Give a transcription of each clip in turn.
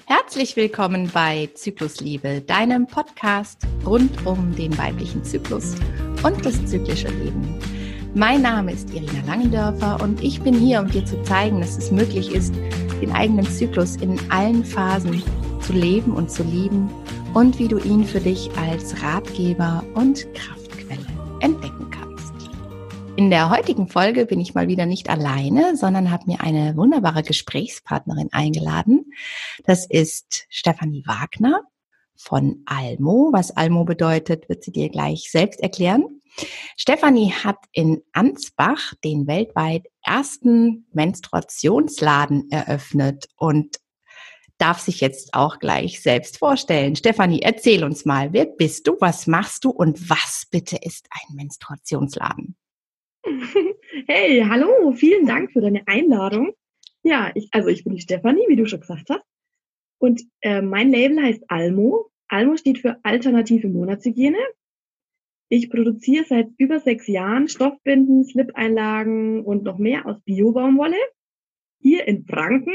Herzlich willkommen bei Zyklusliebe, deinem Podcast rund um den weiblichen Zyklus und das zyklische Leben. Mein Name ist Irina Langendörfer und ich bin hier, um dir zu zeigen, dass es möglich ist, den eigenen Zyklus in allen Phasen zu leben und zu lieben und wie du ihn für dich als Ratgeber und Kraftquelle entdecken kannst. In der heutigen Folge bin ich mal wieder nicht alleine, sondern habe mir eine wunderbare Gesprächspartnerin eingeladen. Das ist Stefanie Wagner von Almo. Was Almo bedeutet, wird sie dir gleich selbst erklären. Stefanie hat in Ansbach den weltweit ersten Menstruationsladen eröffnet und darf sich jetzt auch gleich selbst vorstellen. Stefanie, erzähl uns mal, wer bist du, was machst du und was bitte ist ein Menstruationsladen? Hey, hallo, vielen Dank für deine Einladung. Ja, ich bin die Stefanie, wie du schon gesagt hast. Und mein Label heißt Almo. Almo steht für alternative Monatshygiene. Ich produziere seit über 6 Jahren Stoffbinden, Slip-Einlagen und noch mehr aus Bio-Baumwolle hier in Franken.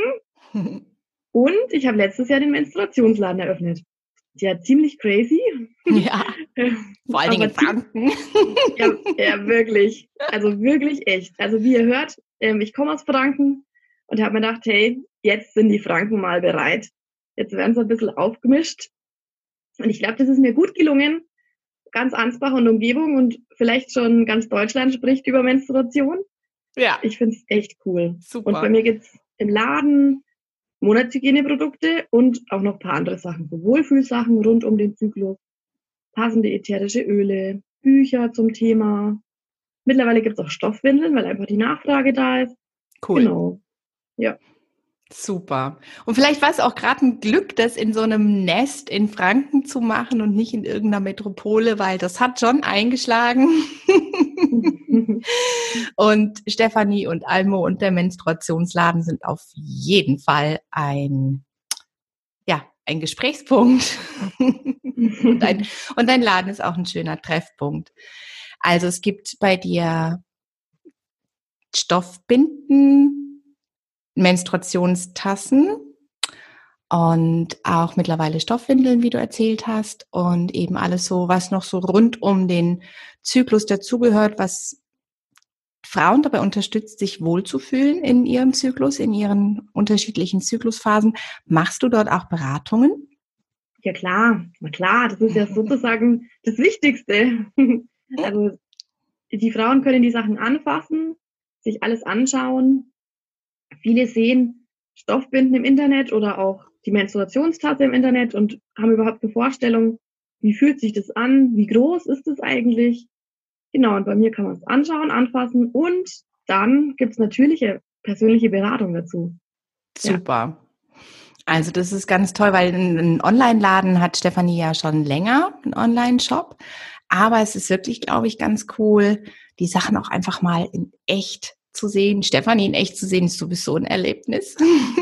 Und ich habe letztes Jahr den Menstruationsladen eröffnet. Ja, ziemlich crazy. Ja, vor allen Dingen in Franken. Ja, wirklich. Also wirklich echt. Also wie ihr hört, ich komme aus Franken und habe mir gedacht, hey, jetzt sind die Franken mal bereit. Jetzt werden sie ein bisschen aufgemischt. Und ich glaube, das ist mir gut gelungen. Ganz Ansbach und Umgebung und vielleicht schon ganz Deutschland spricht über Menstruation. Ja. Ich finde es echt cool. Super. Und bei mir gibt's im Laden Monatshygieneprodukte und auch noch ein paar andere Sachen. So Wohlfühlsachen rund um den Zyklus, passende ätherische Öle, Bücher zum Thema. Mittlerweile gibt's auch Stoffwindeln, weil einfach die Nachfrage da ist. Cool. Genau. Ja. Super. Und vielleicht war es auch gerade ein Glück, das in so einem Nest in Franken zu machen und nicht in irgendeiner Metropole, weil das hat schon eingeschlagen. Und Stefanie und Almo und der Menstruationsladen sind auf jeden Fall ein Gesprächspunkt. Und dein Laden ist auch ein schöner Treffpunkt. Also es gibt bei dir Stoffbinden, Menstruationstassen und auch mittlerweile Stoffwindeln, wie du erzählt hast, und eben alles so, was noch so rund um den Zyklus dazugehört, was Frauen dabei unterstützt, sich wohlzufühlen in ihrem Zyklus, in ihren unterschiedlichen Zyklusphasen. Machst du dort auch Beratungen? Ja klar, na klar, das ist ja sozusagen das Wichtigste. Also die Frauen können die Sachen anfassen, sich alles anschauen. Viele sehen Stoffbinden im Internet oder auch die Menstruationstasse im Internet und haben überhaupt eine Vorstellung, wie fühlt sich das an, wie groß ist es eigentlich. Genau, und bei mir kann man es anschauen, anfassen und dann gibt's natürliche persönliche Beratung dazu. Super. Also das ist ganz toll, weil ein Online-Laden hat Stefanie ja schon länger, einen Online-Shop. Aber es ist wirklich, glaube ich, ganz cool, die Sachen auch einfach mal in echt zu sehen. Stefanie in echt zu sehen, ist sowieso ein Erlebnis.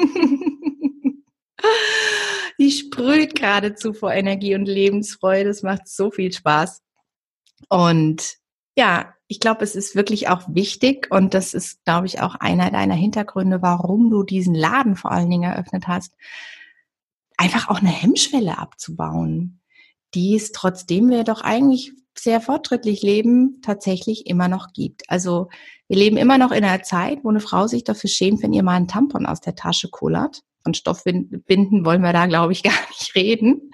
Die sprüht geradezu vor Energie und Lebensfreude. Es macht so viel Spaß. Und ja, ich glaube, es ist wirklich auch wichtig und das ist, glaube ich, auch einer deiner Hintergründe, warum du diesen Laden vor allen Dingen eröffnet hast, einfach auch eine Hemmschwelle abzubauen, die es, trotzdem wir doch eigentlich sehr fortschrittlich leben, tatsächlich immer noch gibt. Also wir leben immer noch in einer Zeit, wo eine Frau sich dafür schämt, wenn ihr mal ein Tampon aus der Tasche kullert. Von Stoffbinden wollen wir da, glaube ich, gar nicht reden.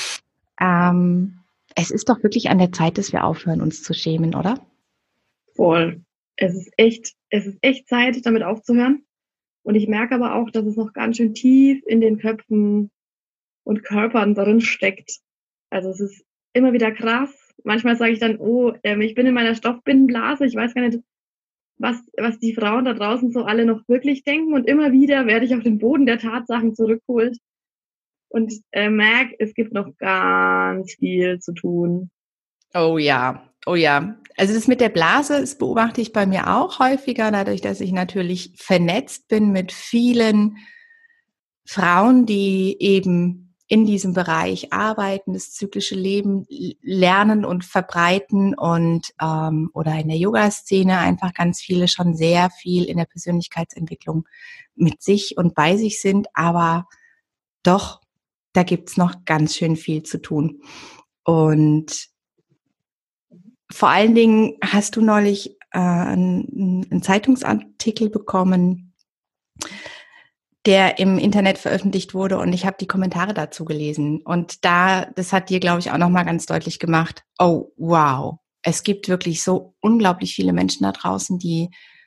Es ist doch wirklich an der Zeit, dass wir aufhören, uns zu schämen, oder? Voll. Es ist echt Zeit, damit aufzuhören. Und ich merke aber auch, dass es noch ganz schön tief in den Köpfen und Körpern drin steckt. Also es ist immer wieder krass. Manchmal sage ich dann, ich bin in meiner Stoffbindenblase. Ich weiß gar nicht, was die Frauen da draußen so alle noch wirklich denken. Und immer wieder werde ich auf den Boden der Tatsachen zurückgeholt und merke, es gibt noch ganz viel zu tun. Oh ja, oh ja. Also das mit der Blase, das beobachte ich bei mir auch häufiger, dadurch, dass ich natürlich vernetzt bin mit vielen Frauen, die eben in diesem Bereich arbeiten, das zyklische Leben lernen und verbreiten und oder in der Yoga-Szene einfach ganz viele schon sehr viel in der Persönlichkeitsentwicklung mit sich und bei sich sind, aber doch da gibt's noch ganz schön viel zu tun. Und vor allen Dingen hast du neulich einen Zeitungsartikel bekommen, der im Internet veröffentlicht wurde, und ich habe die Kommentare dazu gelesen. Und das hat dir, glaube ich, auch nochmal ganz deutlich gemacht, oh, wow, es gibt wirklich so unglaublich viele Menschen da draußen, die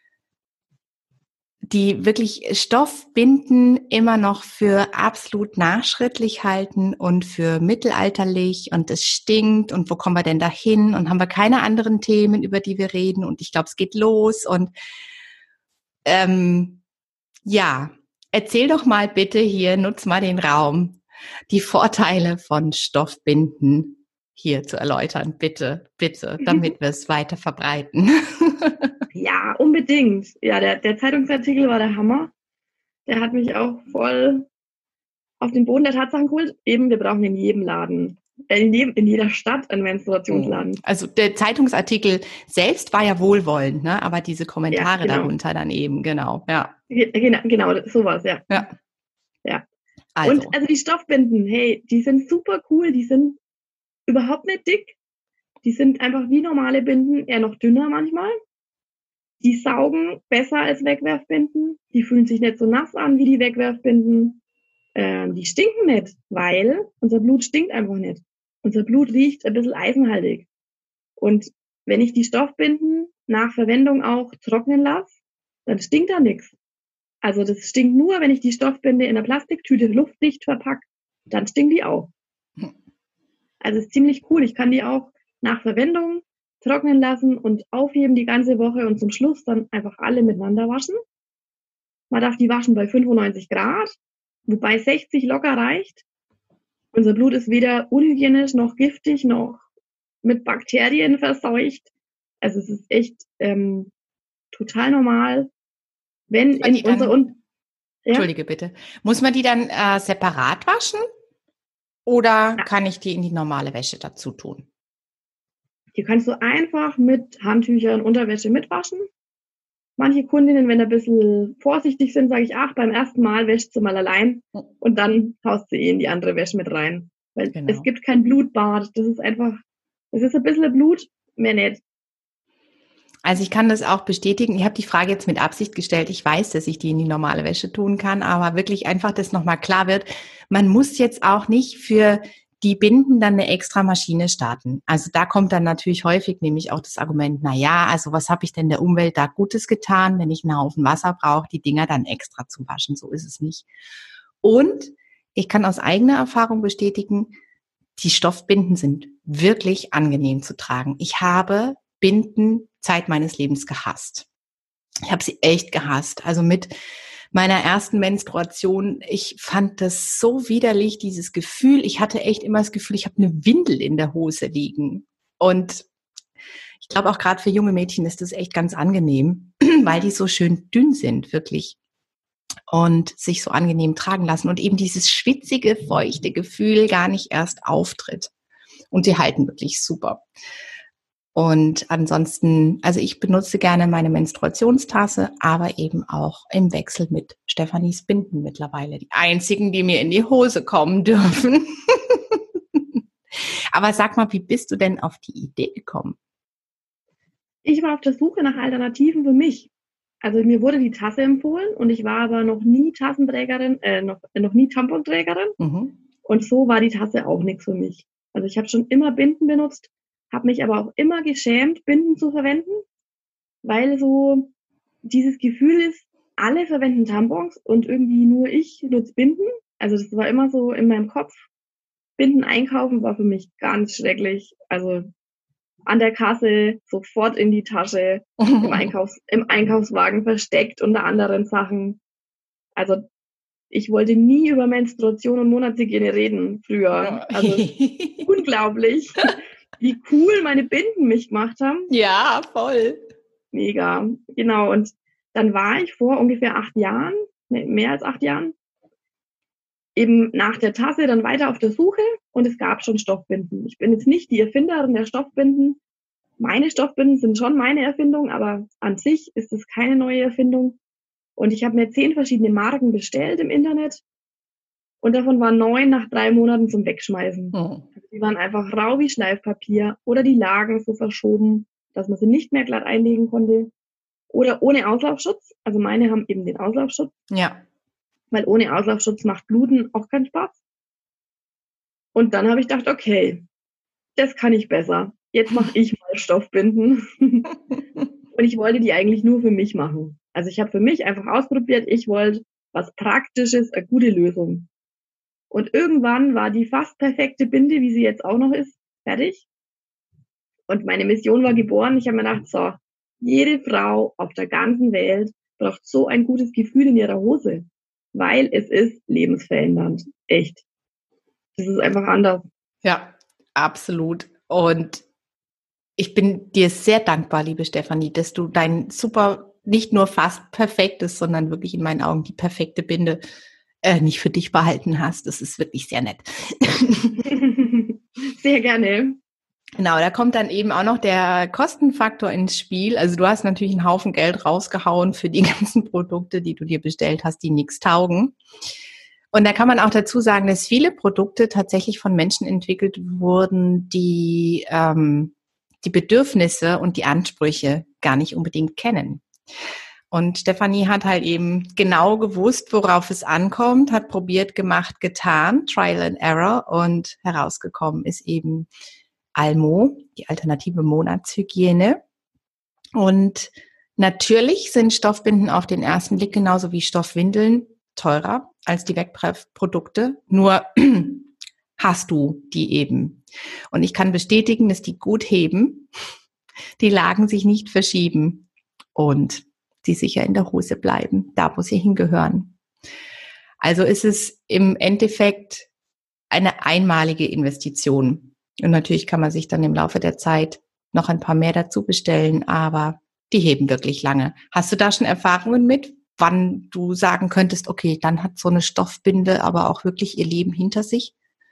wirklich Stoffbinden immer noch für absolut nachschrittlich halten und für mittelalterlich, und es stinkt und wo kommen wir denn da hin und haben wir keine anderen Themen, über die wir reden, und ich glaube, es geht los. Und ja, erzähl doch mal bitte hier, nutz mal den Raum, die Vorteile von Stoffbinden hier zu erläutern, bitte, bitte, damit wir es weiter verbreiten. Ja, unbedingt. Ja, der Zeitungsartikel war der Hammer. Der hat mich auch voll auf den Boden der Tatsachen geholt. Eben, wir brauchen in jedem Laden, in jeder Stadt einen Menstruationsladen. Also der Zeitungsartikel selbst war ja wohlwollend, ne? Aber diese Kommentare Ja, genau. darunter dann eben, genau, ja. Genau, sowas, ja. Ja. Also. Und also die Stoffbinden, hey, die sind super cool, die sind überhaupt nicht dick. Die sind einfach wie normale Binden, eher noch dünner manchmal. Die saugen besser als Wegwerfbinden. Die fühlen sich nicht so nass an wie die Wegwerfbinden. Die stinken nicht, weil unser Blut stinkt einfach nicht. Unser Blut riecht ein bisschen eisenhaltig. Und wenn ich die Stoffbinden nach Verwendung auch trocknen lasse, dann stinkt da nichts. Also das stinkt nur, wenn ich die Stoffbinde in einer Plastiktüte luftdicht verpacke, dann stinkt die auch. Also ist ziemlich cool. Ich kann die auch nach Verwendung trocknen lassen und aufheben die ganze Woche und zum Schluss dann einfach alle miteinander waschen. Man darf die waschen bei 95 Grad, wobei 60 locker reicht. Unser Blut ist weder unhygienisch noch giftig noch mit Bakterien verseucht. Also es ist echt total normal, wenn in unser... Entschuldige bitte. Muss man die dann separat waschen? Oder kann ich die in die normale Wäsche dazu tun? Die kannst du einfach mit Handtüchern, Unterwäsche mitwaschen. Manche Kundinnen, wenn ein bisschen vorsichtig sind, sage ich, beim ersten Mal wäschst du mal allein und dann haust du in die andere Wäsche mit rein. Weil es gibt kein Blutbad. Das ist einfach, es ist ein bisschen Blut, mehr nicht. Also ich kann das auch bestätigen. Ich habe die Frage jetzt mit Absicht gestellt. Ich weiß, dass ich die in die normale Wäsche tun kann, aber wirklich einfach, dass nochmal klar wird, man muss jetzt auch nicht für die Binden dann eine extra Maschine starten. Also da kommt dann natürlich häufig nämlich auch das Argument, also was habe ich denn der Umwelt da Gutes getan, wenn ich einen Haufen Wasser brauche, die Dinger dann extra zu waschen. So ist es nicht. Und ich kann aus eigener Erfahrung bestätigen, die Stoffbinden sind wirklich angenehm zu tragen. Ich habe Binden Zeit meines Lebens gehasst. Ich habe sie echt gehasst. Also mit meiner ersten Menstruation, ich fand das so widerlich, dieses Gefühl. Ich hatte echt immer das Gefühl, ich habe eine Windel in der Hose liegen. Und ich glaube auch gerade für junge Mädchen ist das echt ganz angenehm, weil die so schön dünn sind, wirklich. Und sich so angenehm tragen lassen und eben dieses schwitzige, feuchte Gefühl gar nicht erst auftritt. Und die halten wirklich super. Und ansonsten, also ich benutze gerne meine Menstruationstasse, aber eben auch im Wechsel mit Stefanis Binden mittlerweile. Die einzigen, die mir in die Hose kommen dürfen. Aber sag mal, wie bist du denn auf die Idee gekommen? Ich war auf der Suche nach Alternativen für mich. Also mir wurde die Tasse empfohlen und ich war aber noch nie Tassenträgerin, noch nie Tamponträgerin. Mhm. Und so war die Tasse auch nichts für mich. Also ich habe schon immer Binden benutzt, habe mich aber auch immer geschämt, Binden zu verwenden, weil so dieses Gefühl ist, alle verwenden Tampons und irgendwie nur ich nutze Binden. Also das war immer so in meinem Kopf. Binden einkaufen war für mich ganz schrecklich. Also an der Kasse, sofort in die Tasche, im Einkaufswagen versteckt unter anderen Sachen. Also ich wollte nie über Menstruation und Monatshygiene reden früher. Also unglaublich, wie cool meine Binden mich gemacht haben. Ja, voll. Mega, genau. Und dann war ich vor ungefähr 8 Jahren, mehr als 8 Jahren, eben nach der Tasse dann weiter auf der Suche und es gab schon Stoffbinden. Ich bin jetzt nicht die Erfinderin der Stoffbinden. Meine Stoffbinden sind schon meine Erfindung, aber an sich ist es keine neue Erfindung. Und ich habe mir 10 verschiedene Marken bestellt im Internet. Und davon waren 9 nach 3 Monaten zum Wegschmeißen. Oh. Die waren einfach rau wie Schleifpapier oder die lagen so verschoben, dass man sie nicht mehr glatt einlegen konnte. Oder ohne Auslaufschutz. Also meine haben eben den Auslaufschutz, Ja. weil ohne Auslaufschutz macht Bluten auch keinen Spaß. Und dann habe ich gedacht, okay, das kann ich besser. Jetzt mache ich mal Stoffbinden. Und ich wollte die eigentlich nur für mich machen. Also ich habe für mich einfach ausprobiert, ich wollte was Praktisches, eine gute Lösung. Und irgendwann war die fast perfekte Binde, wie sie jetzt auch noch ist, fertig. Und meine Mission war geboren. Ich habe mir gedacht, so, jede Frau auf der ganzen Welt braucht so ein gutes Gefühl in ihrer Hose, weil es ist lebensverändernd. Echt. Das ist einfach anders. Ja, absolut. Und ich bin dir sehr dankbar, liebe Stefanie, dass du dein super, nicht nur fast perfektes, sondern wirklich in meinen Augen die perfekte Binde nicht für dich behalten hast. Das ist wirklich sehr nett. Sehr gerne. Genau, da kommt dann eben auch noch der Kostenfaktor ins Spiel. Also du hast natürlich einen Haufen Geld rausgehauen für die ganzen Produkte, die du dir bestellt hast, die nichts taugen. Und da kann man auch dazu sagen, dass viele Produkte tatsächlich von Menschen entwickelt wurden, die die Bedürfnisse und die Ansprüche gar nicht unbedingt kennen. Und Stefanie hat halt eben genau gewusst, worauf es ankommt, hat probiert, gemacht, getan, Trial and Error, und herausgekommen ist eben Almo, die alternative Monatshygiene. Und natürlich sind Stoffbinden auf den ersten Blick genauso wie Stoffwindeln teurer als die Wegwerfprodukte. Nur hast du die eben. Und ich kann bestätigen, dass die gut heben, die Lagen sich nicht verschieben und die sicher in der Hose bleiben, da wo sie hingehören. Also ist es im Endeffekt eine einmalige Investition. Und natürlich kann man sich dann im Laufe der Zeit noch ein paar mehr dazu bestellen, aber die heben wirklich lange. Hast du da schon Erfahrungen mit, wann du sagen könntest, okay, dann hat so eine Stoffbinde aber auch wirklich ihr Leben hinter sich?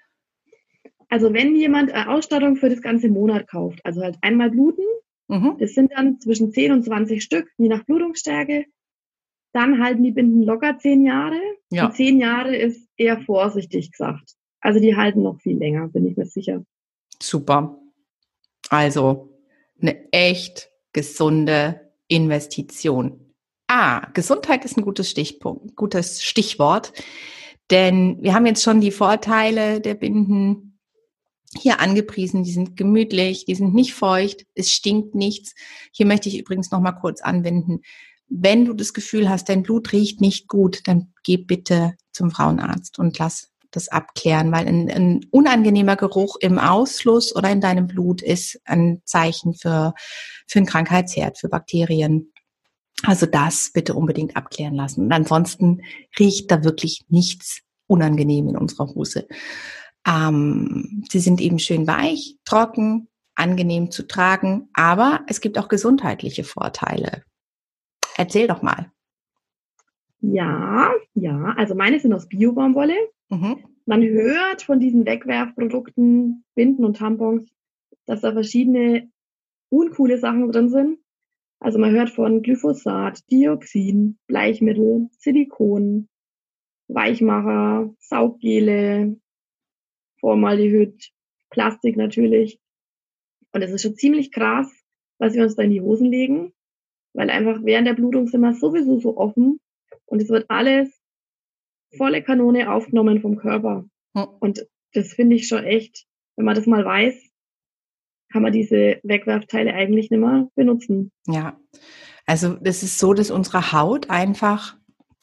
Also wenn jemand eine Ausstattung für das ganze Monat kauft, also halt einmal bluten, das sind dann zwischen 10 und 20 Stück, je nach Blutungsstärke, dann halten die Binden locker 10 Jahre. Ja. Und 10 Jahre ist eher vorsichtig gesagt. Also die halten noch viel länger, bin ich mir sicher. Super. Also eine echt gesunde Investition. Gesundheit ist ein gutes Stichwort, denn wir haben jetzt schon die Vorteile der Binden hier angepriesen. Die sind gemütlich, die sind nicht feucht, es stinkt nichts. Hier möchte ich übrigens noch mal kurz anwenden: Wenn du das Gefühl hast, dein Blut riecht nicht gut, dann geh bitte zum Frauenarzt und lass das abklären, weil ein unangenehmer Geruch im Ausfluss oder in deinem Blut ist ein Zeichen für einen Krankheitsherd, für Bakterien. Also das bitte unbedingt abklären lassen. Und ansonsten riecht da wirklich nichts unangenehm in unserer Hose. Sie sind eben schön weich, trocken, angenehm zu tragen, aber es gibt auch gesundheitliche Vorteile. Erzähl doch mal. Ja, also meine sind aus Bio-Baumwolle. Man hört von diesen Wegwerfprodukten, Binden und Tampons, dass da verschiedene uncoole Sachen drin sind. Also man hört von Glyphosat, Dioxin, Bleichmittel, Silikon, Weichmacher, Sauggele, Formaldehyd, Plastik natürlich. Und es ist schon ziemlich krass, was wir uns da in die Hosen legen, weil einfach während der Blutung sind wir sowieso so offen und es wird alles volle Kanone aufgenommen vom Körper. Und das finde ich schon echt, wenn man das mal weiß, kann man diese Wegwerfteile eigentlich nicht mehr benutzen. Ja, also das ist so, dass unsere Haut einfach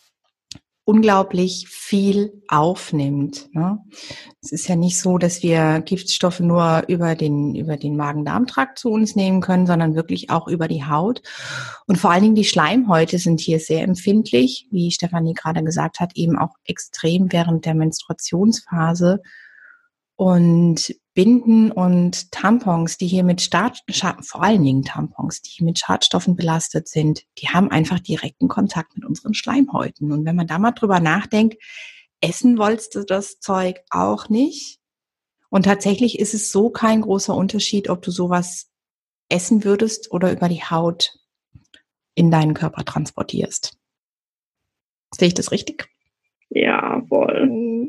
unglaublich viel aufnimmt. Ne? Es ist ja nicht so, dass wir Giftstoffe nur über den Magen-Darm-Trakt zu uns nehmen können, sondern wirklich auch über die Haut. Und vor allen Dingen die Schleimhäute sind hier sehr empfindlich, wie Stefanie gerade gesagt hat, eben auch extrem während der Menstruationsphase. Und Binden und Tampons, die hier mit vor allen Dingen Tampons, die mit Schadstoffen belastet sind, die haben einfach direkten Kontakt mit unseren Schleimhäuten. Und wenn man da mal drüber nachdenkt, essen wolltest du das Zeug auch nicht. Und tatsächlich ist es so kein großer Unterschied, ob du sowas essen würdest oder über die Haut in deinen Körper transportierst. Sehe ich das richtig? Ja, voll.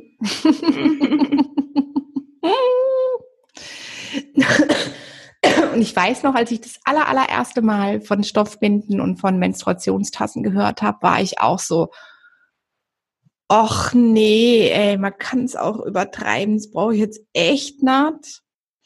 Und ich weiß noch, als ich das allererste Mal von Stoffbinden und von Menstruationstassen gehört habe, war ich auch so, ach nee, ey, man kann es auch übertreiben, das brauche ich jetzt echt nicht.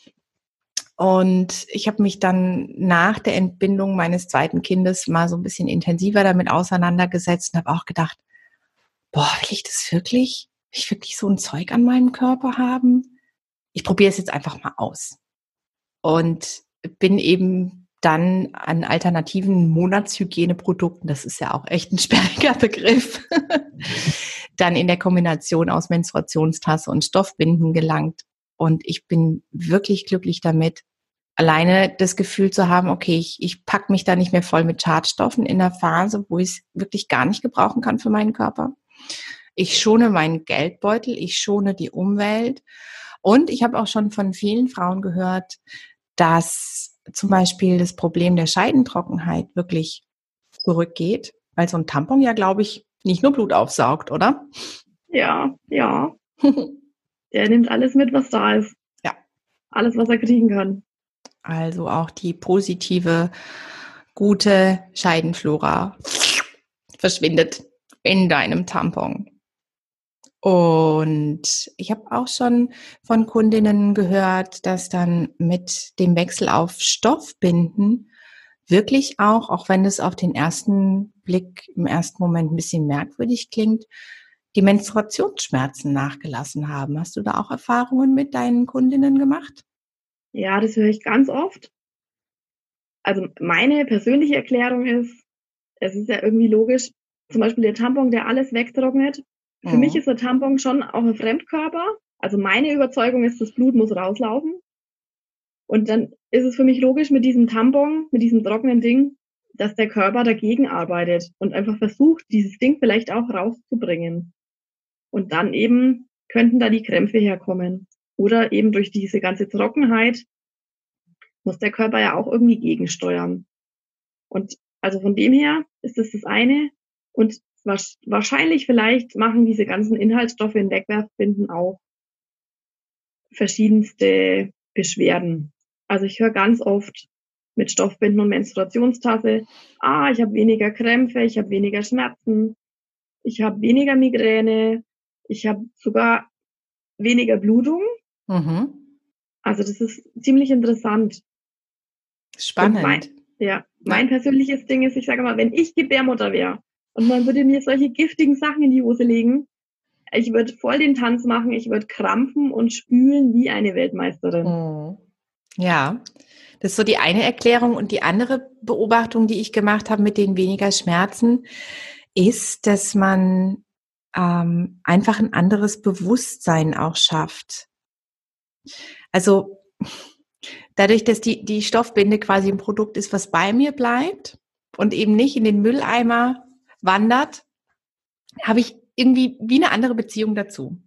Und ich habe mich dann nach der Entbindung meines zweiten Kindes mal so ein bisschen intensiver damit auseinandergesetzt und habe auch gedacht, boah, will ich das wirklich? Will ich wirklich so ein Zeug an meinem Körper haben? Ich probiere es jetzt einfach mal aus. Und bin eben dann an alternativen Monatshygieneprodukten, das ist ja auch echt ein sperriger Begriff, dann in der Kombination aus Menstruationstasse und Stoffbinden gelangt. Und ich bin wirklich glücklich damit, alleine das Gefühl zu haben, okay, ich packe mich da nicht mehr voll mit Schadstoffen in der Phase, wo ich es wirklich gar nicht gebrauchen kann für meinen Körper. Ich schone meinen Geldbeutel, ich schone die Umwelt. Und ich habe auch schon von vielen Frauen gehört, dass zum Beispiel das Problem der Scheidentrockenheit wirklich zurückgeht, weil so ein Tampon ja, glaube ich, nicht nur Blut aufsaugt, oder? Ja. Der nimmt alles mit, was da ist. Ja. Alles, was er kriegen kann. Also auch die positive, gute Scheidenflora verschwindet in deinem Tampon. Und ich habe auch schon von Kundinnen gehört, dass dann mit dem Wechsel auf Stoffbinden wirklich auch wenn es auf den ersten Blick im ersten Moment ein bisschen merkwürdig klingt, die Menstruationsschmerzen nachgelassen haben. Hast du da auch Erfahrungen mit deinen Kundinnen gemacht? Ja, das höre ich ganz oft. Also meine persönliche Erklärung ist, es ist ja irgendwie logisch, zum Beispiel der Tampon, der alles wegtrocknet. Für mich ist der Tampon schon auch ein Fremdkörper. Also meine Überzeugung ist, das Blut muss rauslaufen. Und dann ist es für mich logisch mit diesem Tampon, mit diesem trockenen Ding, dass der Körper dagegen arbeitet und einfach versucht, dieses Ding vielleicht auch rauszubringen. Und dann eben könnten da die Krämpfe herkommen. Oder eben durch diese ganze Trockenheit muss der Körper ja auch irgendwie gegensteuern. Und also von dem her ist das eine. Und wahrscheinlich vielleicht machen diese ganzen Inhaltsstoffe in Wegwerfbinden auch verschiedenste Beschwerden. Also ich höre ganz oft mit Stoffbinden und Menstruationstasse, ich habe weniger Krämpfe, ich habe weniger Schmerzen, ich habe weniger Migräne, ich habe sogar weniger Blutung. Mhm. Also das ist ziemlich interessant. Spannend. Und mein persönliches Ding ist, ich sage mal, wenn ich Gebärmutter wäre und man würde mir solche giftigen Sachen in die Hose legen, ich würde voll den Tanz machen, ich würde krampfen und spülen wie eine Weltmeisterin. Ja, das ist so die eine Erklärung. Und die andere Beobachtung, die ich gemacht habe mit den weniger Schmerzen, ist, dass man einfach ein anderes Bewusstsein auch schafft. Also dadurch, dass die Stoffbinde quasi ein Produkt ist, was bei mir bleibt und eben nicht in den Mülleimer wandert, habe ich irgendwie wie eine andere Beziehung dazu.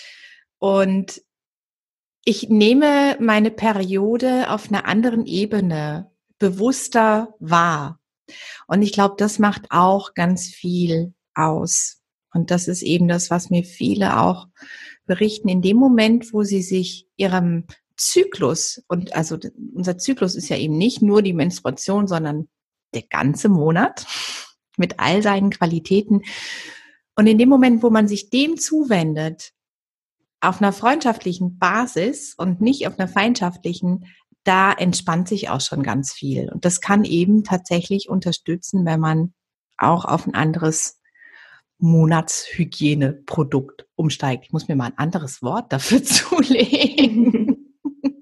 Und ich nehme meine Periode auf einer anderen Ebene bewusster wahr. Und ich glaube, das macht auch ganz viel aus. Und das ist eben das, was mir viele auch berichten. In dem Moment, wo sie sich ihrem Zyklus, und also unser Zyklus ist ja eben nicht nur die Menstruation, sondern der ganze Monat mit all seinen Qualitäten. Und in dem Moment, wo man sich dem zuwendet, auf einer freundschaftlichen Basis und nicht auf einer feindschaftlichen, da entspannt sich auch schon ganz viel. Und das kann eben tatsächlich unterstützen, wenn man auch auf ein anderes Monatshygieneprodukt umsteigt. Ich muss mir mal ein anderes Wort dafür zulegen.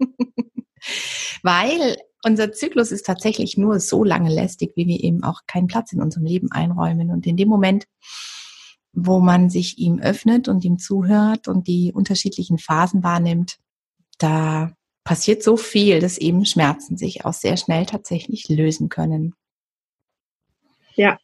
Weil unser Zyklus ist tatsächlich nur so lange lästig, wie wir eben auch keinen Platz in unserem Leben einräumen. Und in dem Moment, wo man sich ihm öffnet und ihm zuhört und die unterschiedlichen Phasen wahrnimmt, da passiert so viel, dass eben Schmerzen sich auch sehr schnell tatsächlich lösen können. Ja.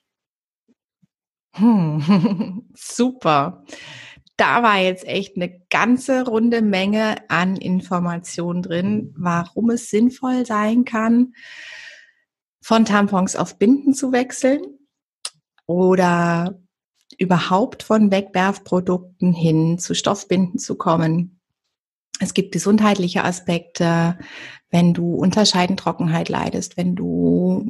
Super. Da war jetzt echt eine ganze runde Menge an Informationen drin, warum es sinnvoll sein kann, von Tampons auf Binden zu wechseln oder überhaupt von Wegwerfprodukten hin zu Stoffbinden zu kommen. Es gibt gesundheitliche Aspekte, wenn du unter Scheidentrockenheit leidest, wenn du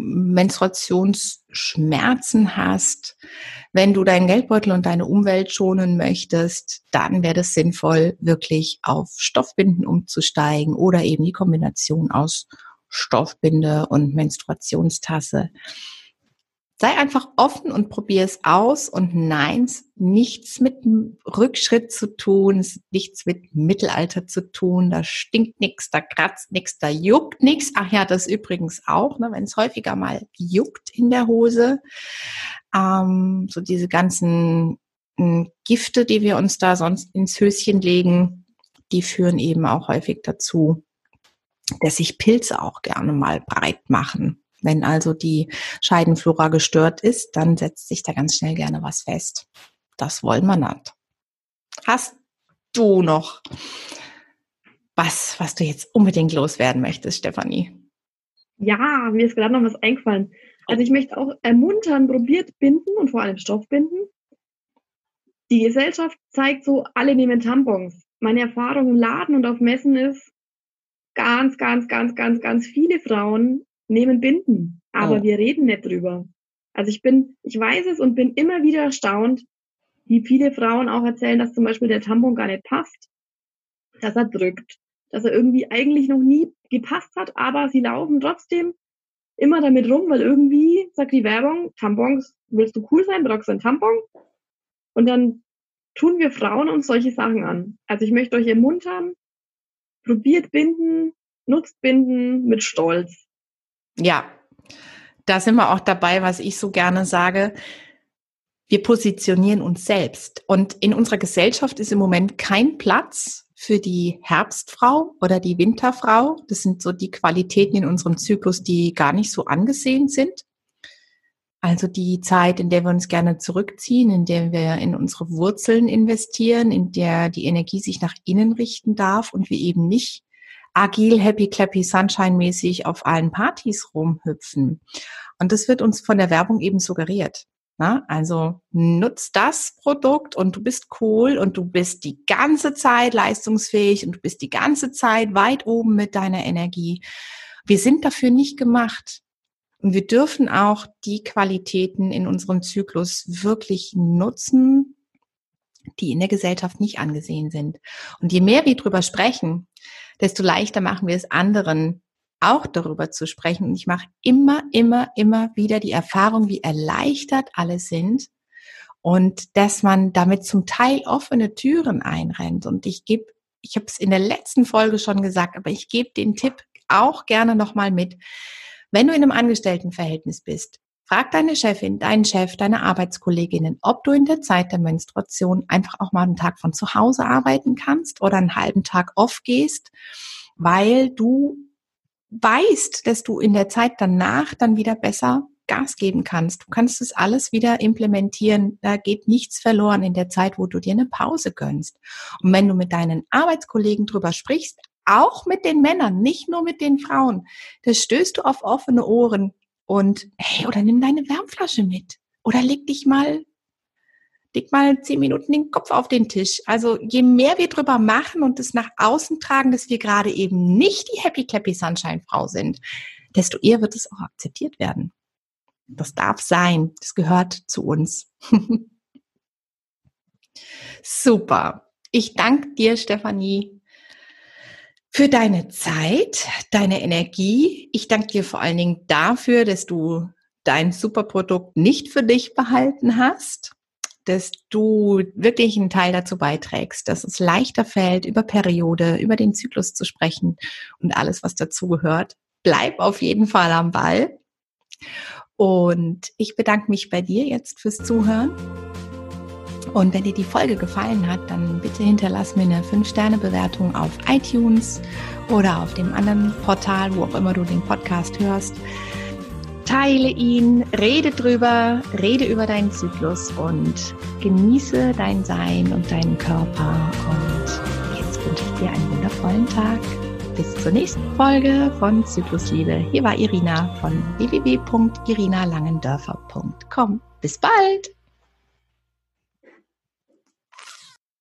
Menstruationsschmerzen hast, wenn du deinen Geldbeutel und deine Umwelt schonen möchtest, dann wäre es sinnvoll, wirklich auf Stoffbinden umzusteigen oder eben die Kombination aus Stoffbinde und Menstruationstasse. Sei einfach offen und probier es aus und nein, nichts mit Rückschritt zu tun, nichts mit Mittelalter zu tun, da stinkt nichts, da kratzt nichts, da juckt nichts. Ach ja, das übrigens auch, ne, wenn es häufiger mal juckt in der Hose, so diese ganzen Gifte, die wir uns da sonst ins Höschen legen, die führen eben auch häufig dazu, dass sich Pilze auch gerne mal breit machen. Wenn also die Scheidenflora gestört ist, dann setzt sich da ganz schnell gerne was fest. Das wollen wir nicht. Hast du noch was du jetzt unbedingt loswerden möchtest, Stefanie? Ja, mir ist gerade noch was eingefallen. Also ich möchte auch ermuntern, probiert Binden und vor allem Stoffbinden. Die Gesellschaft zeigt so, alle nehmen Tampons. Meine Erfahrung im Laden und auf Messen ist, ganz viele Frauen nehmen Binden, aber wir reden nicht drüber. Also ich weiß es und bin immer wieder erstaunt, wie viele Frauen auch erzählen, dass zum Beispiel der Tampon gar nicht passt, dass er drückt, dass er irgendwie eigentlich noch nie gepasst hat, aber sie laufen trotzdem immer damit rum, weil irgendwie sagt die Werbung, Tampons, willst du cool sein, brauchst du einen Tampon? Und dann tun wir Frauen uns solche Sachen an. Also ich möchte euch ermuntern, probiert Binden, nutzt Binden mit Stolz. Ja, da sind wir auch dabei, was ich so gerne sage. Wir positionieren uns selbst. Und in unserer Gesellschaft ist im Moment kein Platz für die Herbstfrau oder die Winterfrau. Das sind so die Qualitäten in unserem Zyklus, die gar nicht so angesehen sind. Also die Zeit, in der wir uns gerne zurückziehen, in der wir in unsere Wurzeln investieren, in der die Energie sich nach innen richten darf und wir eben nicht agil, happy, clappy, sunshine-mäßig auf allen Partys rumhüpfen. Und das wird uns von der Werbung eben suggeriert. Na, also nutz das Produkt und du bist cool und du bist die ganze Zeit leistungsfähig und du bist die ganze Zeit weit oben mit deiner Energie. Wir sind dafür nicht gemacht. Und wir dürfen auch die Qualitäten in unserem Zyklus wirklich nutzen, die in der Gesellschaft nicht angesehen sind. Und je mehr wir drüber sprechen, desto leichter machen wir es anderen, auch darüber zu sprechen. Und ich mache immer wieder die Erfahrung, wie erleichtert alle sind und dass man damit zum Teil offene Türen einrennt. Und ich habe es in der letzten Folge schon gesagt, aber ich gebe den Tipp auch gerne nochmal mit. Wenn du in einem Angestelltenverhältnis bist, frag deine Chefin, deinen Chef, deine Arbeitskolleginnen, ob du in der Zeit der Menstruation einfach auch mal einen Tag von zu Hause arbeiten kannst oder einen halben Tag off gehst, weil du weißt, dass du in der Zeit danach dann wieder besser Gas geben kannst. Du kannst es alles wieder implementieren. Da geht nichts verloren in der Zeit, wo du dir eine Pause gönnst. Und wenn du mit deinen Arbeitskollegen drüber sprichst, auch mit den Männern, nicht nur mit den Frauen, da stößt du auf offene Ohren. Und hey, oder nimm deine Wärmflasche mit. Oder leg mal 10 Minuten den Kopf auf den Tisch. Also je mehr wir drüber machen und es nach außen tragen, dass wir gerade eben nicht die Happy Clappy Sunshine Frau sind, desto eher wird es auch akzeptiert werden. Das darf sein. Das gehört zu uns. Super. Ich danke dir, Stefanie, für deine Zeit, deine Energie. Ich danke dir vor allen Dingen dafür, dass du dein Superprodukt nicht für dich behalten hast, dass du wirklich einen Teil dazu beiträgst, dass es leichter fällt, über Periode, über den Zyklus zu sprechen und alles, was dazugehört. Bleib auf jeden Fall am Ball. Und ich bedanke mich bei dir jetzt fürs Zuhören. Und wenn dir die Folge gefallen hat, dann bitte hinterlass mir eine 5-Sterne-Bewertung auf iTunes oder auf dem anderen Portal, wo auch immer du den Podcast hörst. Teile ihn, rede über deinen Zyklus und genieße dein Sein und deinen Körper. Und jetzt wünsche ich dir einen wundervollen Tag. Bis zur nächsten Folge von Zyklusliebe. Hier war Irina von www.irinalangendörfer.com. Bis bald!